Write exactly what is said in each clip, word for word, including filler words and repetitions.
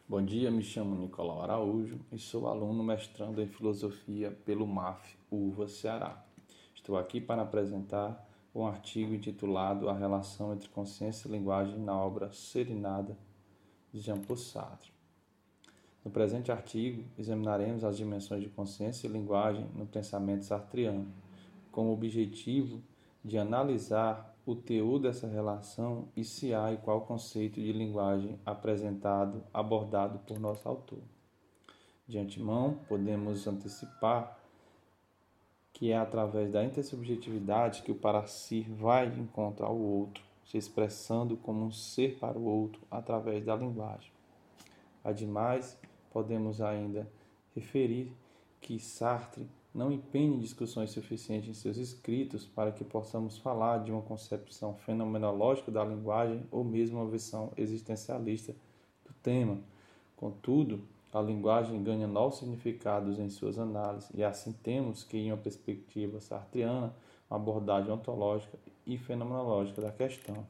Bom dia, me chamo Nicolau Araújo e sou aluno mestrando em Filosofia pelo M A F, U V A, Ceará. Estou aqui para apresentar um artigo intitulado A Relação entre Consciência e Linguagem na obra Ser e Nada, de Jean-Paul Sartre. No presente artigo, examinaremos as dimensões de consciência e linguagem no pensamento sartreano, com o objetivo de analisar o teor dessa relação e se há e qual conceito de linguagem apresentado, abordado por nosso autor. De antemão, podemos antecipar que é através da intersubjetividade que o para si vai de encontro ao outro, se expressando como um ser para o outro através da linguagem. Ademais, podemos ainda referir que Sartre não empenha discussões suficientes em seus escritos para que possamos falar de uma concepção fenomenológica da linguagem ou mesmo uma versão existencialista do tema. Contudo, a linguagem ganha novos significados em suas análises e assim temos que, em uma perspectiva sartreana, uma abordagem ontológica e fenomenológica da questão.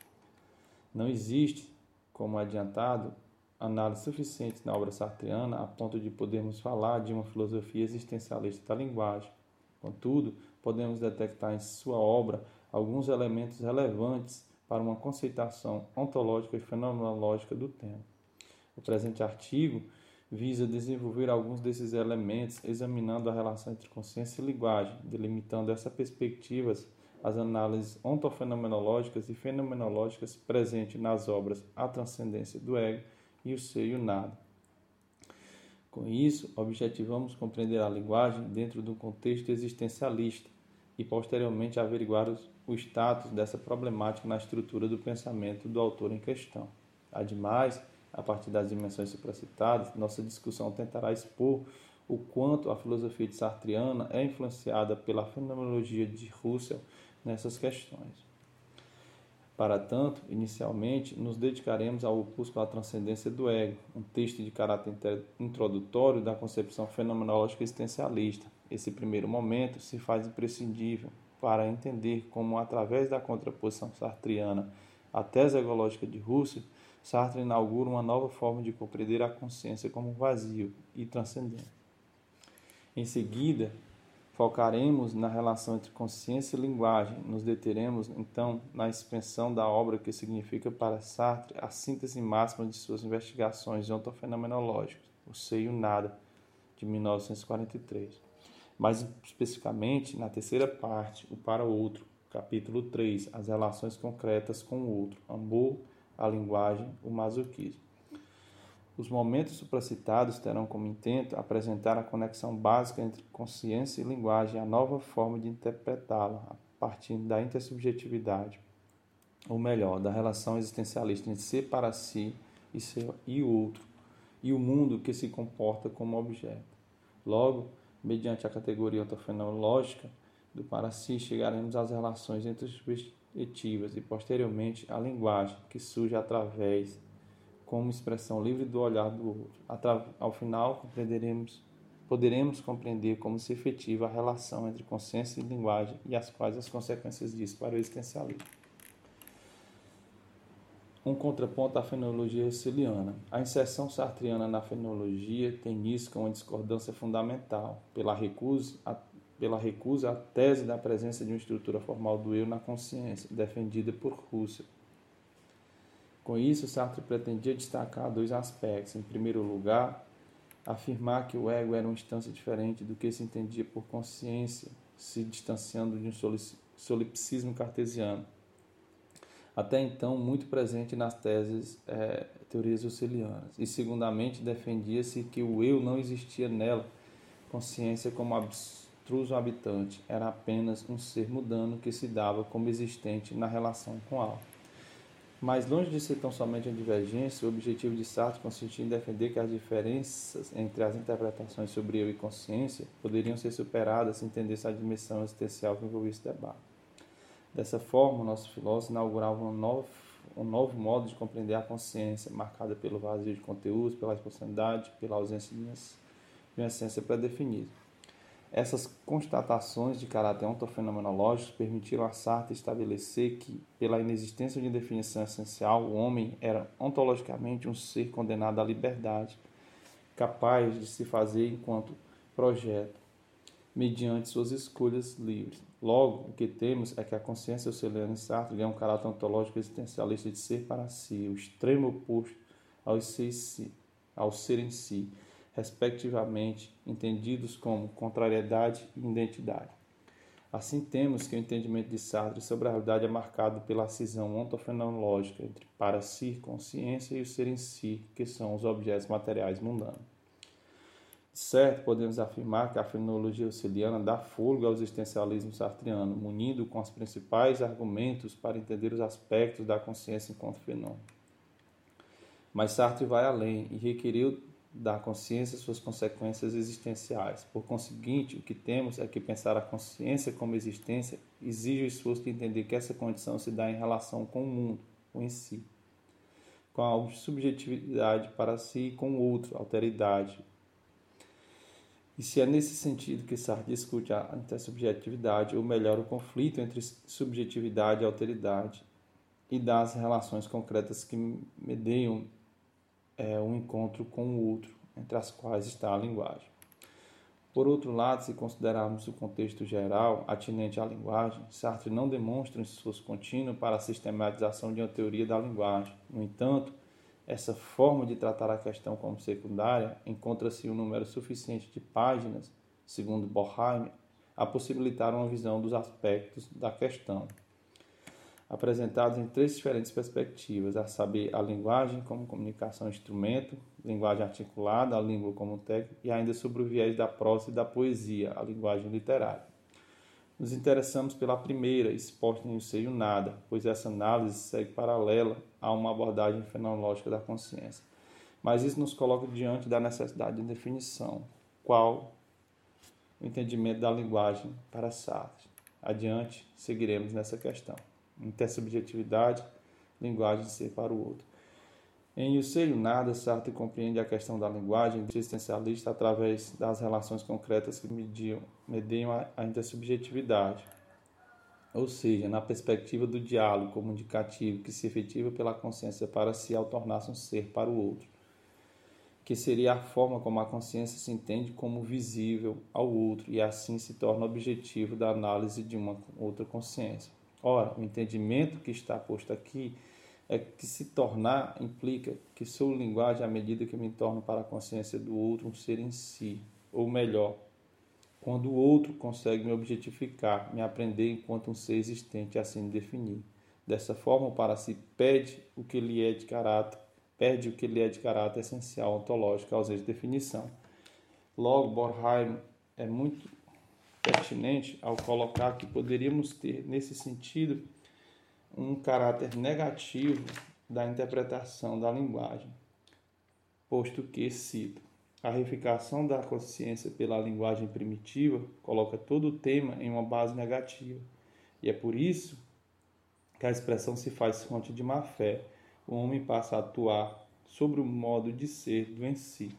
Não existe, como adiantado, análise suficiente na obra sartreana a ponto de podermos falar de uma filosofia existencialista da linguagem. Contudo, podemos detectar em sua obra alguns elementos relevantes para uma conceituação ontológica e fenomenológica do tema. O presente artigo visa desenvolver alguns desses elementos, examinando a relação entre consciência e linguagem, delimitando essas perspectivas as análises ontofenomenológicas e fenomenológicas presentes nas obras A Transcendência do Ego e o Ser e o Nada. Com isso, objetivamos compreender a linguagem dentro de um contexto existencialista e, posteriormente, averiguar o status dessa problemática na estrutura do pensamento do autor em questão. Ademais, a partir das dimensões supracitadas, nossa discussão tentará expor o quanto a filosofia de sartreana é influenciada pela fenomenologia de Russell nessas questões. Para tanto, inicialmente, nos dedicaremos ao opúsculo A Transcendência do Ego, um texto de caráter introdutório da concepção fenomenológica existencialista. Esse primeiro momento se faz imprescindível para entender como, através da contraposição sartreana à tese egológica de Russell, Sartre inaugura uma nova forma de compreender a consciência como vazio e transcendente. Em seguida, focaremos na relação entre consciência e linguagem. Nos deteremos, então, na expansão da obra que significa para Sartre a síntese máxima de suas investigações ontofenomenológicas, O Ser e o Nada, de mil novecentos e quarenta e três. Mais especificamente, na terceira parte, o Para o Outro, capítulo três, as relações concretas com o outro, amor, a linguagem, o masoquismo. Os momentos supracitados terão como intento apresentar a conexão básica entre consciência e linguagem, a nova forma de interpretá-la, a partir da intersubjetividade, ou melhor, da relação existencialista entre ser para si e, ser, e o outro, e o mundo que se comporta como objeto. Logo, mediante a categoria ontofenomenológica do para si, chegaremos às relações entre as perspectivas e, posteriormente, à linguagem, que surge através como expressão livre do olhar do outro. Ao final, compreenderemos, poderemos compreender como se efetiva a relação entre consciência e linguagem e as quais as consequências disso para o existencialismo. Um contraponto à fenomenologia russeliana. A inserção sartreana na fenomenologia tem nisso uma discordância fundamental, pela recusa, a, pela recusa à tese da presença de uma estrutura formal do eu na consciência, defendida por Russell. Com isso, Sartre pretendia destacar dois aspectos. Em primeiro lugar, afirmar que o ego era uma instância diferente do que se entendia por consciência, se distanciando de um solipsismo cartesiano, até então muito presente nas teses é, teorias russelianas. E, segundamente, defendia-se que o eu não existia nela, consciência como abstruso habitante, era apenas um ser mudando que se dava como existente na relação com a alma. Mas, longe de ser tão somente uma divergência, o objetivo de Sartre consistia em defender que as diferenças entre as interpretações sobre eu e consciência poderiam ser superadas se entendesse a dimensão existencial que envolvia esse debate. Dessa forma, o nosso filósofo inaugurava um novo, um novo modo de compreender a consciência, marcada pelo vazio de conteúdos, pela espontaneidade, pela ausência de uma essência pré-definida. Essas constatações de caráter ontofenomenológico permitiram a Sartre estabelecer que, pela inexistência de definição essencial, o homem era ontologicamente um ser condenado à liberdade, capaz de se fazer enquanto projeto, mediante suas escolhas livres. Logo, o que temos é que a consciência husserliana em Sartre ganha um caráter ontológico existencialista de ser para si, o extremo oposto ao ser, si, ao ser em si, respectivamente entendidos como contrariedade e identidade. Assim, temos que o entendimento de Sartre sobre a realidade é marcado pela cisão ontofenomenológica entre para si, consciência, e o ser em si, que são os objetos materiais mundanos. Certo, podemos afirmar que a fenomenologia husserliana dá fôlego ao existencialismo sartriano, munindo com os principais argumentos para entender os aspectos da consciência enquanto fenômeno. Mas Sartre vai além e requeriu da consciência suas consequências existenciais. Por conseguinte, o que temos é que pensar a consciência como existência exige o esforço de entender que essa condição se dá em relação com o mundo, ou em si, com a subjetividade para si e com o outro, alteridade. E se é nesse sentido que Sartre discute a intersubjetividade, ou melhor, o conflito entre subjetividade e alteridade, e das relações concretas que medeiam é, um encontro com o outro, entre as quais está a linguagem. Por outro lado, se considerarmos o contexto geral atinente à linguagem, Sartre não demonstra um esforço contínuo para a sistematização de uma teoria da linguagem. No entanto, essa forma de tratar a questão como secundária encontra-se um número suficiente de páginas, segundo Borheim, a possibilitar uma visão dos aspectos da questão, apresentados em três diferentes perspectivas, a saber, a linguagem como comunicação instrumento, linguagem articulada, a língua como técnica, e ainda sobre o viés da prosa e da poesia, a linguagem literária. Nos interessamos pela primeira, exposta em O Ser e o Nada, pois essa análise segue paralela a uma abordagem fenomenológica da consciência. Mas isso nos coloca diante da necessidade de definição, qual o entendimento da linguagem para Sartre. Adiante, seguiremos nessa questão. Intersubjetividade, linguagem ser para o outro. Em O Ser e o Nada, Sartre compreende a questão da linguagem existencialista através das relações concretas que mediam, medeiam a, a intersubjetividade, ou seja, na perspectiva do diálogo comunicativo que se efetiva pela consciência para si ao tornar-se um ser para o outro, que seria a forma como a consciência se entende como visível ao outro e assim se torna objetivo da análise de uma outra consciência. Ora, o entendimento que está posto aqui é que se tornar implica que sou linguagem à medida que me torno para a consciência do outro um ser em si, ou melhor, quando o outro consegue me objetificar, me aprender enquanto um ser existente e assim me definir. Dessa forma, para si perde o que lhe é de caráter, perde o que lhe é de caráter essencial, ontológico, ausente de definição. Logo, Borheim é muito pertinente ao colocar que poderíamos ter, nesse sentido, um caráter negativo da interpretação da linguagem, posto que, cito, a reificação da consciência pela linguagem primitiva coloca todo o tema em uma base negativa, e é por isso que a expressão se faz fonte de má-fé. O homem passa a atuar sobre o modo de ser do em si.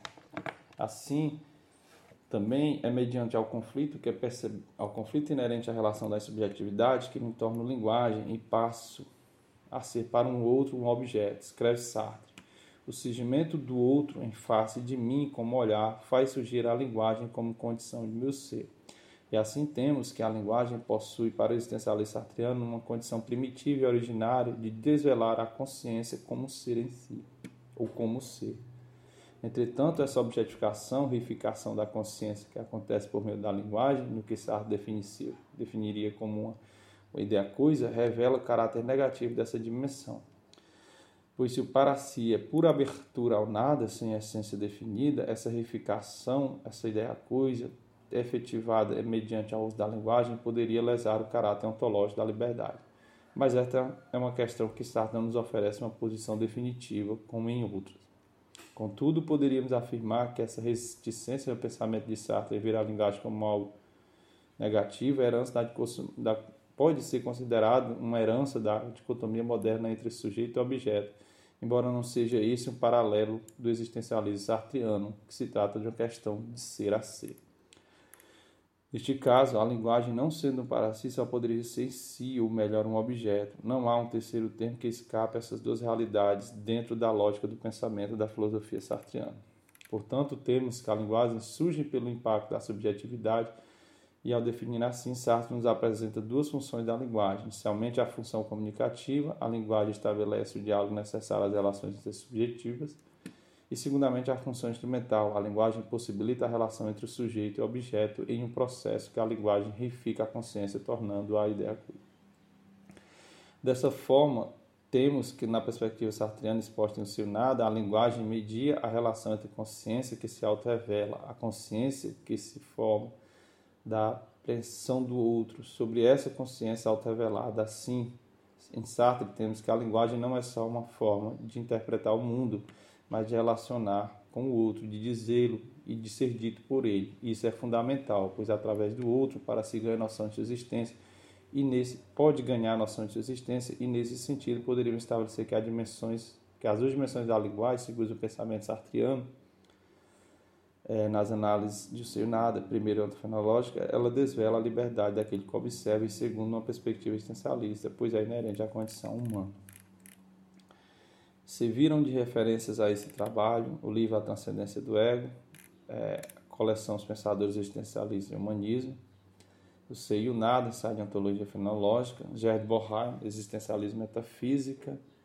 Assim, também é mediante ao conflito que é perceb... ao conflito inerente à relação da subjetividade que me torno linguagem e passo a ser para um outro um objeto, escreve Sartre. O surgimento do outro em face de mim como olhar faz surgir a linguagem como condição de meu ser. E assim temos que a linguagem possui para o existencialista sartriano uma condição primitiva e originária de desvelar a consciência como ser em si, ou como ser. Entretanto, essa objetificação, reificação da consciência que acontece por meio da linguagem, no que Sartre definiria como uma, uma ideia-coisa, revela o caráter negativo dessa dimensão. Pois se o para si é pura abertura ao nada, sem essência definida, essa reificação, essa ideia-coisa, efetivada mediante o uso da linguagem, poderia lesar o caráter ontológico da liberdade. Mas esta é uma questão que Sartre não nos oferece uma posição definitiva, como em outros. Contudo, poderíamos afirmar que essa reticência no pensamento de Sartre em ver a linguagem como algo negativo, a herança da, da, pode ser considerado uma herança da dicotomia moderna entre sujeito e objeto, embora não seja esse um paralelo do existencialismo sartriano, que se trata de uma questão de ser a ser. Neste caso, a linguagem não sendo um para si, só poderia ser em si, ou melhor, um objeto. Não há um terceiro termo que escape a essas duas realidades dentro da lógica do pensamento da filosofia sartreana. Portanto, temos que a linguagem surge pelo impacto da subjetividade e, ao definir assim, Sartre nos apresenta duas funções da linguagem. Inicialmente, a função comunicativa, a linguagem estabelece o diálogo necessário às relações intersubjetivas, e, segundamente, a função instrumental. A linguagem possibilita a relação entre o sujeito e o objeto em um processo que a linguagem reifica a consciência, tornando a ideia coisa. Dessa forma, temos que, na perspectiva sartreana exposta em O Seu Nada, a linguagem media a relação entre consciência que se auto-revela, a consciência que se forma da apreensão do outro, sobre essa consciência auto-revelada. Assim, em Sartre, temos que a linguagem não é só uma forma de interpretar o mundo, mas de relacionar com o outro, de dizê-lo e de ser dito por ele. Isso é fundamental, pois através do outro, para se ganhar noção de sua existência, e nesse pode ganhar noção de sua existência, e nesse sentido poderíamos estabelecer que, há dimensões, que as duas dimensões da linguagem, segundo o pensamento sartreano, é, nas análises de O Seu Nada, primeiro antofenológica, ela desvela a liberdade daquele que observa, e segundo uma perspectiva existencialista, pois é inerente à condição humana. Serviram de referências a esse trabalho o livro A Transcendência do Ego, é, coleção Os Pensadores Existencialistas e Humanismo, O Ser e o Nada, ensaio de ontologia fenomenológica, Gerd Boheim, Existencialismo e Metafísica,